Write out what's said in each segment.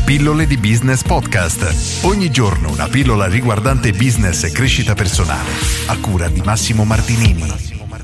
Pillole di Business Podcast. Ogni giorno una pillola riguardante business e crescita personale. A cura di Massimo Martinini.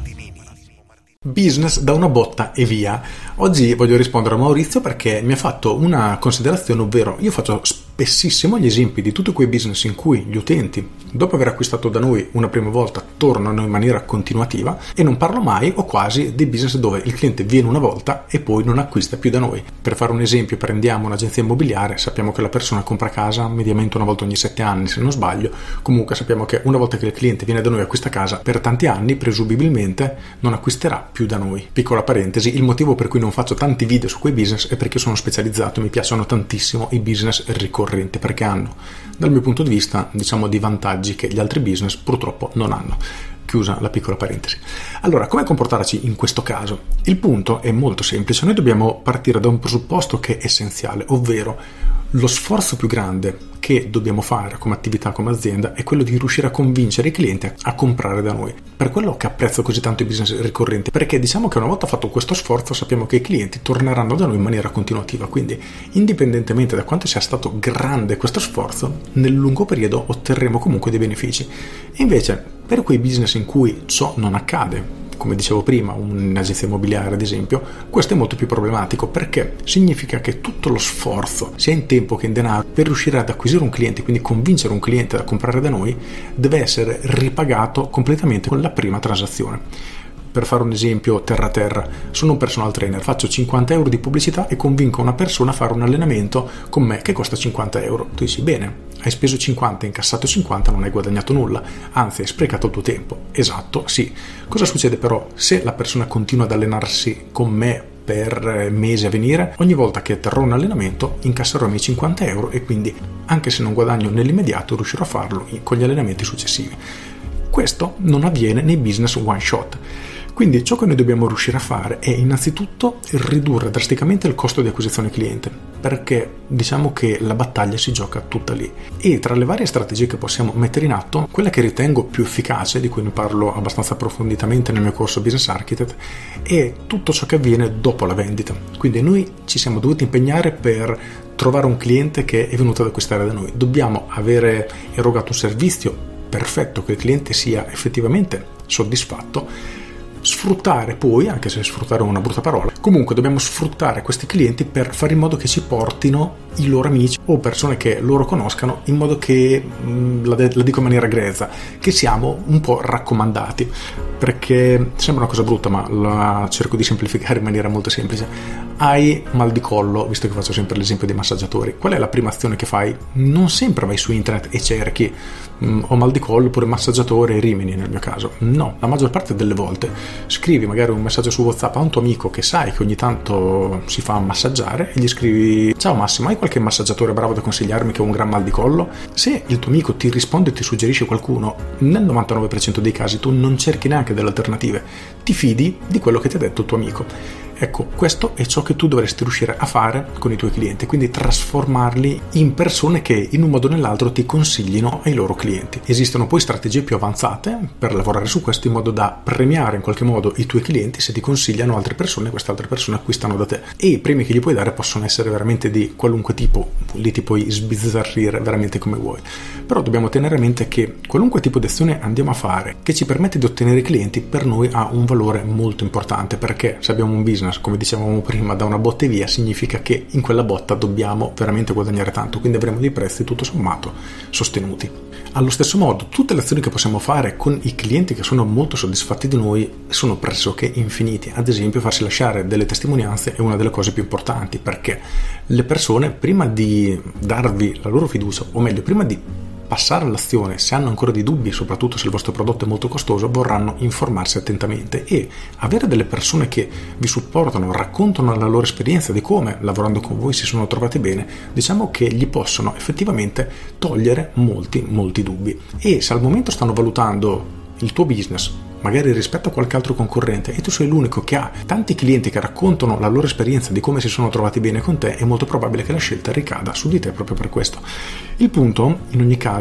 Business da una botta e via. Oggi voglio rispondere a Maurizio perché mi ha fatto una considerazione, ovvero io faccio spessissimo gli esempi di tutti quei business in cui gli utenti, dopo aver acquistato da noi una prima volta, tornano in maniera continuativa, e non parlo mai o quasi dei business dove il cliente viene una volta e poi non acquista più da noi. Per fare un esempio, prendiamo un'agenzia immobiliare, sappiamo che la persona compra casa mediamente una volta ogni 7 anni, se non sbaglio. Comunque sappiamo che una volta che il cliente viene da noi e acquista casa, per tanti anni presumibilmente non acquisterà più da noi. Piccola parentesi, il motivo per cui non faccio tanti video su quei business è perché sono specializzato e mi piacciono tantissimo i business ricorrenti, perché hanno, dal mio punto di vista, dei vantaggi che gli altri business purtroppo non hanno. Chiusa la piccola parentesi. Allora, come comportarci in questo caso? Il punto è molto semplice. Noi dobbiamo partire da un presupposto che è essenziale, ovvero lo sforzo più grande che dobbiamo fare come attività, come azienda, è quello di riuscire a convincere i clienti a comprare da noi. Per quello che apprezzo così tanto i business ricorrenti, perché diciamo che una volta fatto questo sforzo sappiamo che i clienti torneranno da noi in maniera continuativa, quindi indipendentemente da quanto sia stato grande questo sforzo, nel lungo periodo otterremo comunque dei benefici. E invece per quei business in cui ciò non accade, come dicevo prima, un'agenzia immobiliare ad esempio, questo è molto più problematico, perché significa che tutto lo sforzo, sia in tempo che in denaro, per riuscire ad acquisire un cliente, quindi convincere un cliente a comprare da noi, deve essere ripagato completamente con la prima transazione. Per fare un esempio terra, sono un personal trainer, faccio 50 euro di pubblicità e convinco una persona a fare un allenamento con me che costa 50 euro. Tu dici, bene, hai speso 50, incassato 50, non hai guadagnato nulla, anzi hai sprecato il tuo tempo. Esatto, sì. Cosa succede però se la persona continua ad allenarsi con me per mesi a venire? Ogni volta che terrò un allenamento incasserò i miei 50 euro e quindi, anche se non guadagno nell'immediato, riuscirò a farlo con gli allenamenti successivi. Questo non avviene nei business one shot. Quindi ciò che noi dobbiamo riuscire a fare è innanzitutto ridurre drasticamente il costo di acquisizione cliente, perché diciamo che la battaglia si gioca tutta lì. E tra le varie strategie che possiamo mettere in atto, quella che ritengo più efficace, di cui ne parlo abbastanza approfonditamente nel mio corso Business Architect, è tutto ciò che avviene dopo la vendita. Quindi noi ci siamo dovuti impegnare per trovare un cliente che è venuto ad acquistare da noi. Dobbiamo avere erogato un servizio perfetto, che il cliente sia effettivamente soddisfatto. Sfruttare poi, anche se sfruttare è una brutta parola, comunque dobbiamo sfruttare questi clienti per fare in modo che ci portino i loro amici o persone che loro conoscano, in modo che, la dico in maniera grezza, che siamo un po' raccomandati, perché sembra una cosa brutta ma la cerco di semplificare in maniera molto semplice. Hai mal di collo, visto che faccio sempre l'esempio dei massaggiatori, qual è la prima azione che fai? Non sempre vai su internet e cerchi ho mal di collo oppure massaggiatore Rimini nel mio caso. No, la maggior parte delle volte scrivi magari un messaggio su WhatsApp a un tuo amico che sai che ogni tanto si fa massaggiare e gli scrivi: ciao Massimo, hai qualche massaggiatore bravo da consigliarmi che ho un gran mal di collo? Se il tuo amico ti risponde e ti suggerisce qualcuno, nel 99% dei casi tu non cerchi neanche delle alternative, ti fidi di quello che ti ha detto il tuo amico. Ecco, questo è ciò che tu dovresti riuscire a fare con i tuoi clienti, quindi trasformarli in persone che in un modo o nell'altro ti consiglino ai loro clienti. Esistono poi strategie più avanzate per lavorare su questo, in modo da premiare in qualche modo i tuoi clienti se ti consigliano altre persone e queste altre persone acquistano da te. E i premi che gli puoi dare possono essere veramente di qualunque tipo, lì ti puoi sbizzarrire veramente come vuoi. Però dobbiamo tenere a mente che qualunque tipo di azione andiamo a fare che ci permette di ottenere clienti, per noi ha un valore molto importante, perché se abbiamo un business, come dicevamo prima, da una botta e via, significa che in quella botta dobbiamo veramente guadagnare tanto, quindi avremo dei prezzi tutto sommato sostenuti. Allo stesso modo, tutte le azioni che possiamo fare con i clienti che sono molto soddisfatti di noi sono pressoché infiniti. Ad esempio, farsi lasciare delle testimonianze è una delle cose più importanti, perché le persone, prima di darvi la loro fiducia, o meglio, prima di passare all'azione, se hanno ancora dei dubbi, soprattutto se il vostro prodotto è molto costoso, vorranno informarsi attentamente, e avere delle persone che vi supportano, raccontano la loro esperienza di come lavorando con voi si sono trovate bene, diciamo che gli possono effettivamente togliere molti dubbi. E se al momento stanno valutando il tuo business magari rispetto a qualche altro concorrente e tu sei l'unico che ha tanti clienti che raccontano la loro esperienza di come si sono trovati bene con te, è molto probabile che la scelta ricada su di te proprio per questo. Il punto in ogni caso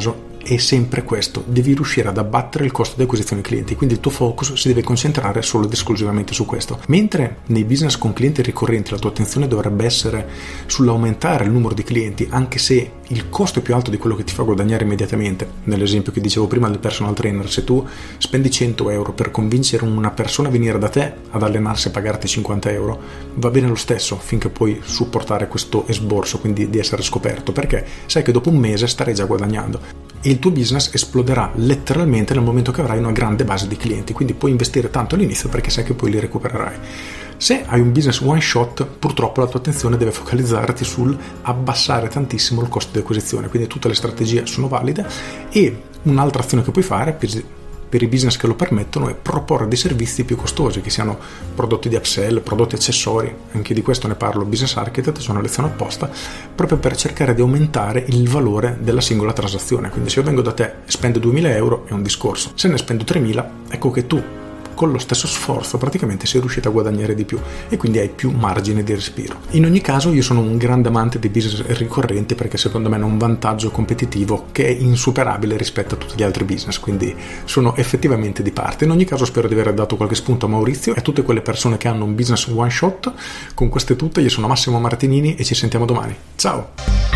è sempre questo: devi riuscire ad abbattere il costo di acquisizione clienti, quindi il tuo focus si deve concentrare solo ed esclusivamente su questo. Mentre nei business con clienti ricorrenti la tua attenzione dovrebbe essere sull'aumentare il numero di clienti, anche se il costo è più alto di quello che ti fa guadagnare immediatamente. Nell'esempio che dicevo prima del personal trainer, se tu spendi 100 euro per convincere una persona a venire da te ad allenarsi e pagarti 50 euro, va bene lo stesso finché puoi supportare questo esborso, quindi di essere scoperto, perché sai che dopo un mese starai già guadagnando e il tuo business esploderà letteralmente nel momento che avrai una grande base di clienti, quindi puoi investire tanto all'inizio perché sai che poi li recupererai. Se hai un business one shot, purtroppo la tua attenzione deve focalizzarti sul abbassare tantissimo il costo di acquisizione, quindi tutte le strategie sono valide. E un'altra azione che puoi fare per i business che lo permettono è proporre dei servizi più costosi, che siano prodotti di upsell, prodotti accessori. Anche di questo ne parlo Business Architect, c'è una lezione apposta proprio per cercare di aumentare il valore della singola transazione. Quindi se io vengo da te e spendo 2.000 euro è un discorso, se ne spendo 3.000 ecco che tu con lo stesso sforzo praticamente sei riuscito a guadagnare di più e quindi hai più margine di respiro. In ogni caso io sono un grande amante dei business ricorrenti perché secondo me hanno un vantaggio competitivo che è insuperabile rispetto a tutti gli altri business, quindi sono effettivamente di parte. In ogni caso spero di aver dato qualche spunto a Maurizio e a tutte quelle persone che hanno un business one shot. Con queste tutte, io sono Massimo Martinini e ci sentiamo domani. Ciao!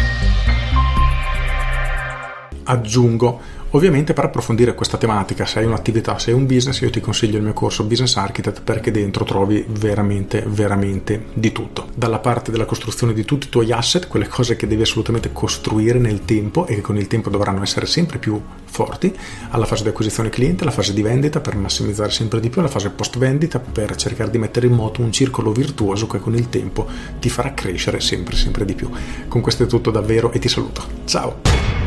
Aggiungo, ovviamente, per approfondire questa tematica, se hai un'attività, se hai un business, io ti consiglio il mio corso Business Architect, perché dentro trovi veramente di tutto. Dalla parte della costruzione di tutti i tuoi asset, quelle cose che devi assolutamente costruire nel tempo e che con il tempo dovranno essere sempre più forti, alla fase di acquisizione cliente, alla fase di vendita per massimizzare sempre di più, alla fase post vendita per cercare di mettere in moto un circolo virtuoso che con il tempo ti farà crescere sempre di più. Con questo è tutto davvero e ti saluto. Ciao!